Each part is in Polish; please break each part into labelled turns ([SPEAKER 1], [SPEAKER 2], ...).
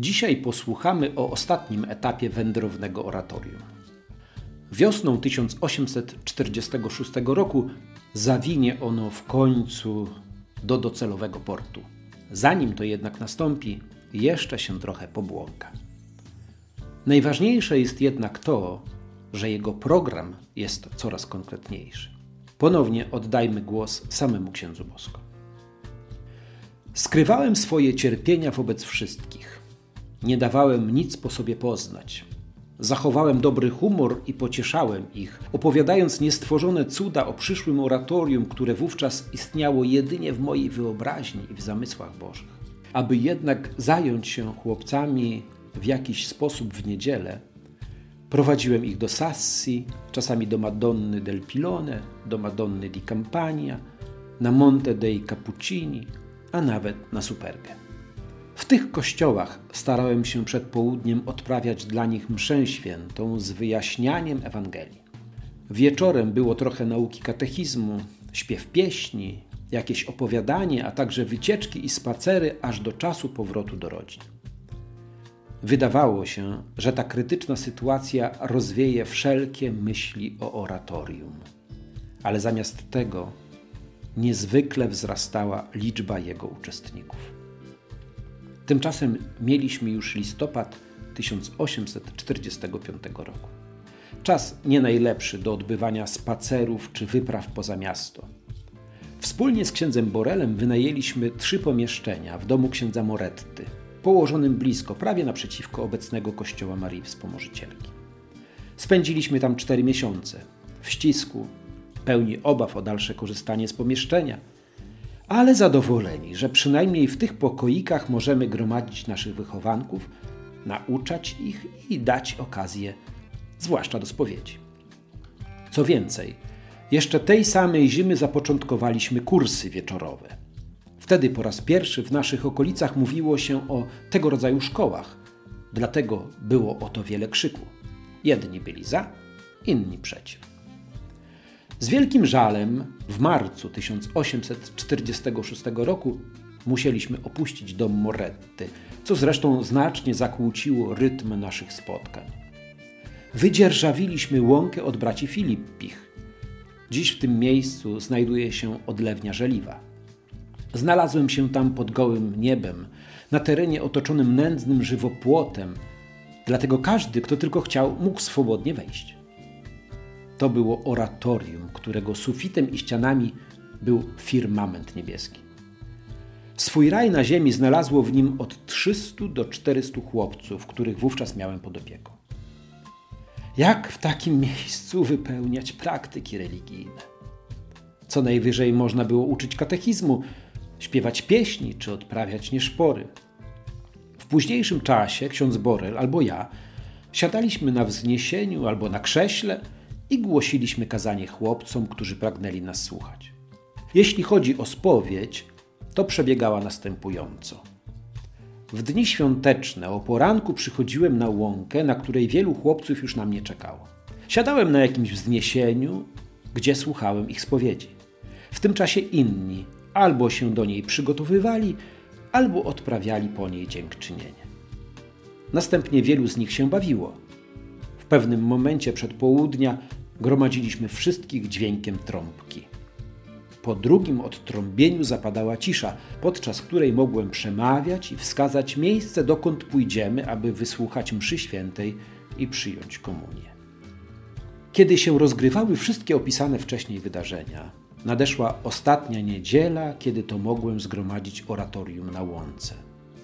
[SPEAKER 1] Dzisiaj posłuchamy o ostatnim etapie wędrownego oratorium. Wiosną 1846 roku zawinie ono w końcu do docelowego portu. Zanim to jednak nastąpi, jeszcze się trochę pobłąka. Najważniejsze jest jednak to, że jego program jest coraz konkretniejszy. Ponownie oddajmy głos samemu księdzu Bosko. Skrywałem swoje cierpienia wobec wszystkich. Nie dawałem nic po sobie poznać. Zachowałem dobry humor i pocieszałem ich, opowiadając niestworzone cuda o przyszłym oratorium, które wówczas istniało jedynie w mojej wyobraźni i w zamysłach Bożych. Aby jednak zająć się chłopcami w jakiś sposób w niedzielę, prowadziłem ich do Sassi, czasami do Madonny del Pilone, do Madonny di Campania, na Monte dei Cappuccini, a nawet na Supergę. W tych kościołach starałem się przed południem odprawiać dla nich mszę świętą z wyjaśnianiem Ewangelii. Wieczorem było trochę nauki katechizmu, śpiew pieśni, jakieś opowiadanie, a także wycieczki i spacery aż do czasu powrotu do rodzin. Wydawało się, że ta krytyczna sytuacja rozwieje wszelkie myśli o oratorium. Ale zamiast tego niezwykle wzrastała liczba jego uczestników. Tymczasem mieliśmy już listopad 1845 roku. Czas nie najlepszy do odbywania spacerów czy wypraw poza miasto. Wspólnie z księdzem Borelem wynajęliśmy 3 pomieszczenia w domu księdza Moretty, położonym blisko, prawie naprzeciwko obecnego kościoła Marii Wspomożycielki. Spędziliśmy tam 4 miesiące, w ścisku, pełni obaw o dalsze korzystanie z pomieszczenia, ale zadowoleni, że przynajmniej w tych pokoikach możemy gromadzić naszych wychowanków, nauczać ich i dać okazję, zwłaszcza do spowiedzi. Co więcej, jeszcze tej samej zimy zapoczątkowaliśmy kursy wieczorowe. Wtedy po raz pierwszy w naszych okolicach mówiło się o tego rodzaju szkołach, dlatego było o to wiele krzyku. Jedni byli za, inni przeciw. Z wielkim żalem w marcu 1846 roku musieliśmy opuścić dom Moretty, co zresztą znacznie zakłóciło rytm naszych spotkań. Wydzierżawiliśmy łąkę od braci Filippich. Dziś w tym miejscu znajduje się odlewnia żeliwa. Znalazłem się tam pod gołym niebem, na terenie otoczonym nędznym żywopłotem, dlatego każdy, kto tylko chciał, mógł swobodnie wejść. To było oratorium, którego sufitem i ścianami był firmament niebieski. Swój raj na ziemi znalazło w nim od 300 do 400 chłopców, których wówczas miałem pod opieką. Jak w takim miejscu wypełniać praktyki religijne? Co najwyżej można było uczyć katechizmu, śpiewać pieśni czy odprawiać nieszpory. W późniejszym czasie ksiądz Borel albo ja siadaliśmy na wzniesieniu albo na krześle i głosiliśmy kazanie chłopcom, którzy pragnęli nas słuchać. Jeśli chodzi o spowiedź, to przebiegała następująco. W dni świąteczne o poranku przychodziłem na łąkę, na której wielu chłopców już na mnie czekało. Siadałem na jakimś wzniesieniu, gdzie słuchałem ich spowiedzi. W tym czasie inni albo się do niej przygotowywali, albo odprawiali po niej dziękczynienie. Następnie wielu z nich się bawiło. W pewnym momencie przedpołudnia gromadziliśmy wszystkich dźwiękiem trąbki. Po drugim odtrąbieniu zapadała cisza, podczas której mogłem przemawiać i wskazać miejsce, dokąd pójdziemy, aby wysłuchać mszy świętej i przyjąć komunię. Kiedy się rozgrywały wszystkie opisane wcześniej wydarzenia, nadeszła ostatnia niedziela, kiedy to mogłem zgromadzić oratorium na łące.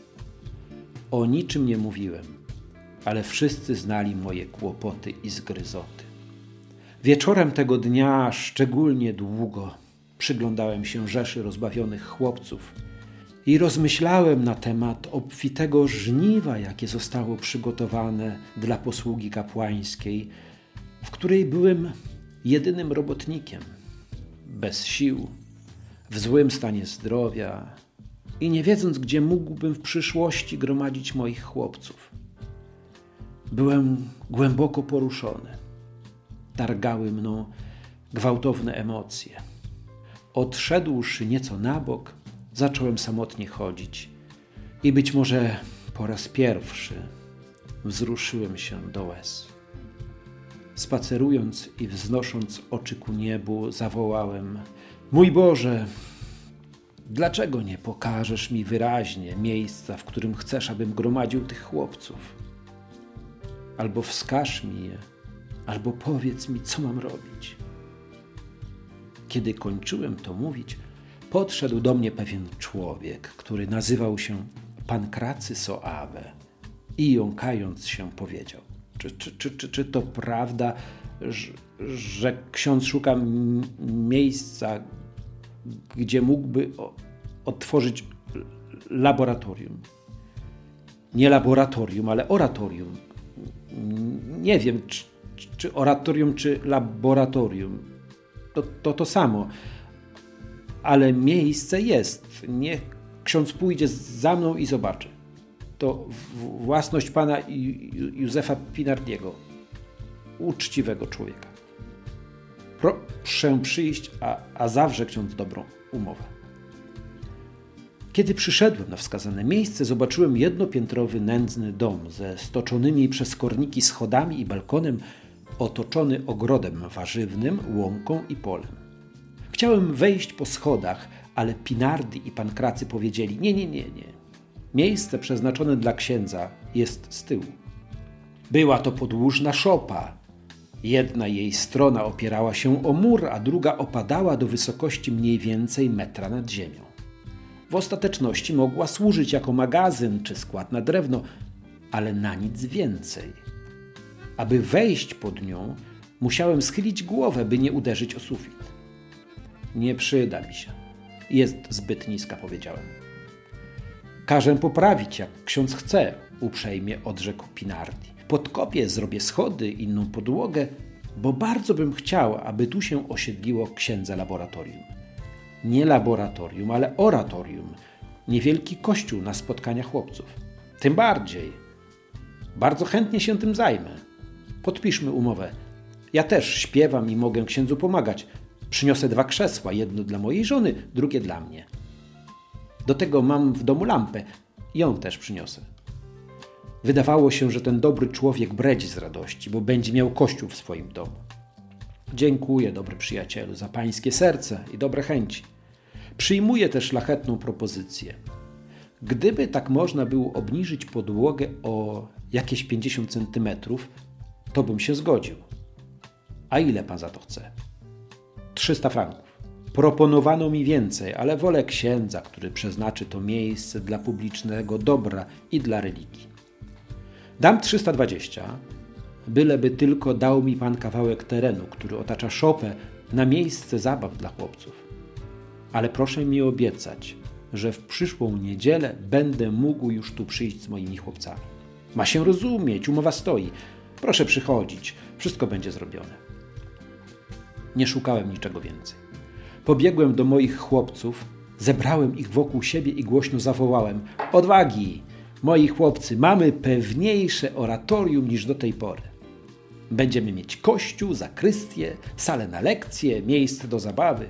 [SPEAKER 1] O niczym nie mówiłem, ale wszyscy znali moje kłopoty i zgryzoty. Wieczorem tego dnia szczególnie długo przyglądałem się rzeszy rozbawionych chłopców i rozmyślałem na temat obfitego żniwa, jakie zostało przygotowane dla posługi kapłańskiej, w której byłem jedynym robotnikiem, bez sił, w złym stanie zdrowia i nie wiedząc, gdzie mógłbym w przyszłości gromadzić moich chłopców. Byłem głęboko poruszony. Targały mną gwałtowne emocje. Odszedłszy nieco na bok, zacząłem samotnie chodzić i być może Po raz pierwszy wzruszyłem się do łez. Spacerując i wznosząc oczy ku niebu, zawołałem: Mój Boże, dlaczego nie pokażesz mi wyraźnie miejsca, w którym chcesz, abym gromadził tych chłopców? Albo wskaż mi je, albo powiedz mi, co mam robić. Kiedy kończyłem to mówić, podszedł do mnie pewien człowiek, który nazywał się Pankracy Soave i jąkając się powiedział: Czy to prawda, że ksiądz szuka miejsca, gdzie mógłby otworzyć laboratorium? Nie laboratorium, ale oratorium. Nie wiem, czy oratorium, czy laboratorium. To samo. Ale miejsce jest. Niech ksiądz pójdzie za mną i zobaczy. To własność pana Józefa Pinardiego, uczciwego człowieka. Proszę przyjść, a zawrze ksiądz dobrą umowę. Kiedy przyszedłem na wskazane miejsce, zobaczyłem jednopiętrowy, nędzny dom ze stoczonymi przez korniki schodami i balkonem, otoczony ogrodem warzywnym, łąką i polem. Chciałem wejść po schodach, ale Pinardi i Pankracy powiedzieli: Nie. Miejsce przeznaczone dla księdza jest z tyłu. Była to podłużna szopa. Jedna jej strona opierała się o mur, a druga opadała do wysokości mniej więcej metra nad ziemią. W ostateczności mogła służyć jako magazyn czy skład na drewno, ale na nic więcej. Aby wejść pod nią, musiałem schylić głowę, by nie uderzyć o sufit. Nie przyda mi się. Jest zbyt niska, powiedziałem. Każę poprawić, jak ksiądz chce, uprzejmie odrzekł Pinardi. Podkopię, zrobię schody, inną podłogę, bo bardzo bym chciał, aby tu się osiedliło księdza laboratorium. Nie laboratorium, ale oratorium. Niewielki kościół na spotkania chłopców. Tym bardziej. Bardzo chętnie się tym zajmę. Podpiszmy umowę. Ja też śpiewam i mogę księdzu pomagać. Przyniosę 2 krzesła, jedno dla mojej żony, drugie dla mnie. Do tego mam w domu lampę. Ją też przyniosę. Wydawało się, że ten dobry człowiek bredzi z radości, bo będzie miał kościół w swoim domu. Dziękuję, dobry przyjacielu, za pańskie serce i dobre chęci. Przyjmuję tę szlachetną propozycję. Gdyby tak można było obniżyć podłogę o jakieś 50 centymetrów, to bym się zgodził. A ile pan za to chce? 300 franków. Proponowano mi więcej, ale wolę księdza, który przeznaczy to miejsce dla publicznego dobra i dla religii. Dam 320, byleby tylko dał mi pan kawałek terenu, który otacza szopę, na miejsce zabaw dla chłopców. Ale proszę mi obiecać, że w przyszłą niedzielę będę mógł już tu przyjść z moimi chłopcami. Ma się rozumieć, umowa stoi. Proszę przychodzić, wszystko będzie zrobione. Nie szukałem niczego więcej. Pobiegłem do moich chłopców, zebrałem ich wokół siebie i głośno zawołałem: Odwagi! Moi chłopcy, mamy pewniejsze oratorium niż do tej pory. Będziemy mieć kościół, zakrystię, salę na lekcje, miejsce do zabawy.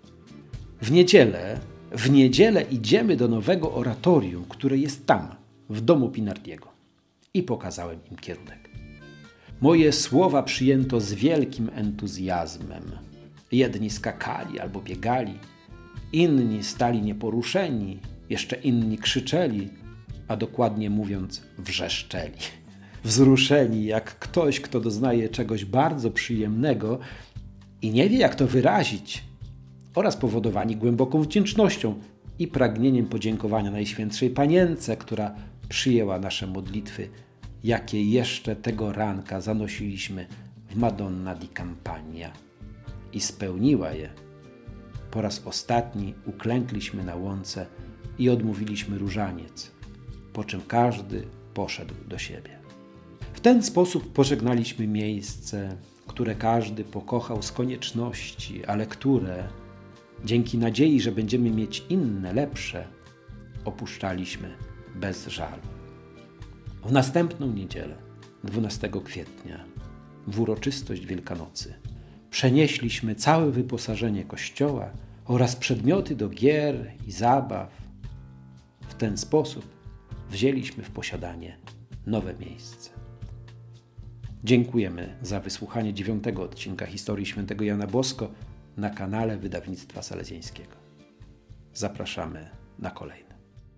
[SPEAKER 1] W niedzielę idziemy do nowego oratorium, które jest tam, w domu Pinardiego. I pokazałem im kierunek. Moje słowa przyjęto z wielkim entuzjazmem. Jedni skakali albo biegali, inni stali nieporuszeni, jeszcze inni krzyczeli, a dokładnie mówiąc wrzeszczeli. Wzruszeni jak ktoś, kto doznaje czegoś bardzo przyjemnego i nie wie, jak to wyrazić, oraz powodowani głęboką wdzięcznością i pragnieniem podziękowania Najświętszej Panience, która przyjęła nasze modlitwy, jakie jeszcze tego ranka zanosiliśmy w Madonna di Campania i spełniła je. Po raz ostatni uklękliśmy na łące i odmówiliśmy różaniec, po czym każdy poszedł do siebie. W ten sposób pożegnaliśmy miejsce, które każdy pokochał z konieczności, ale które, dzięki nadziei, że będziemy mieć inne, lepsze, opuszczaliśmy bez żalu. W następną niedzielę, 12 kwietnia, w uroczystość Wielkanocy, przenieśliśmy całe wyposażenie kościoła oraz przedmioty do gier i zabaw. W ten sposób wzięliśmy w posiadanie nowe miejsce. Dziękujemy za wysłuchanie 9. odcinka historii świętego Jana Bosko na kanale Wydawnictwa Salezjańskiego. Zapraszamy na kolejne.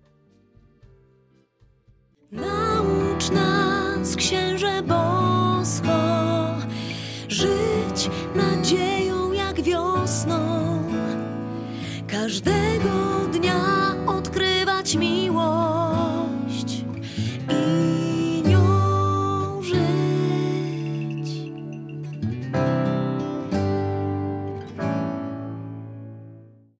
[SPEAKER 2] Naucz nas, Księże Bosko, żyć nadzieją jak wiosną, każdego dnia odkrywać miłość.